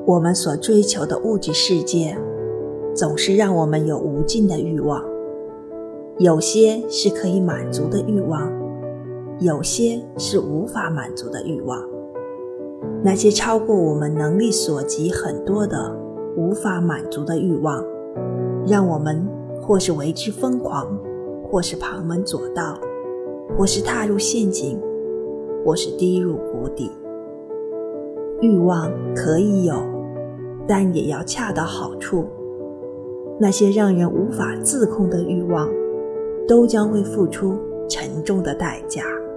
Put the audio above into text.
我们所追求的物质世界总是让我们有无尽的欲望，有些是可以满足的欲望，有些是无法满足的欲望。那些超过我们能力所及很多的无法满足的欲望，让我们或是为之疯狂，或是旁门左道，或是踏入陷阱，或是低入谷底。欲望可以有，但也要恰到好处。那些让人无法自控的欲望，都将会付出沉重的代价。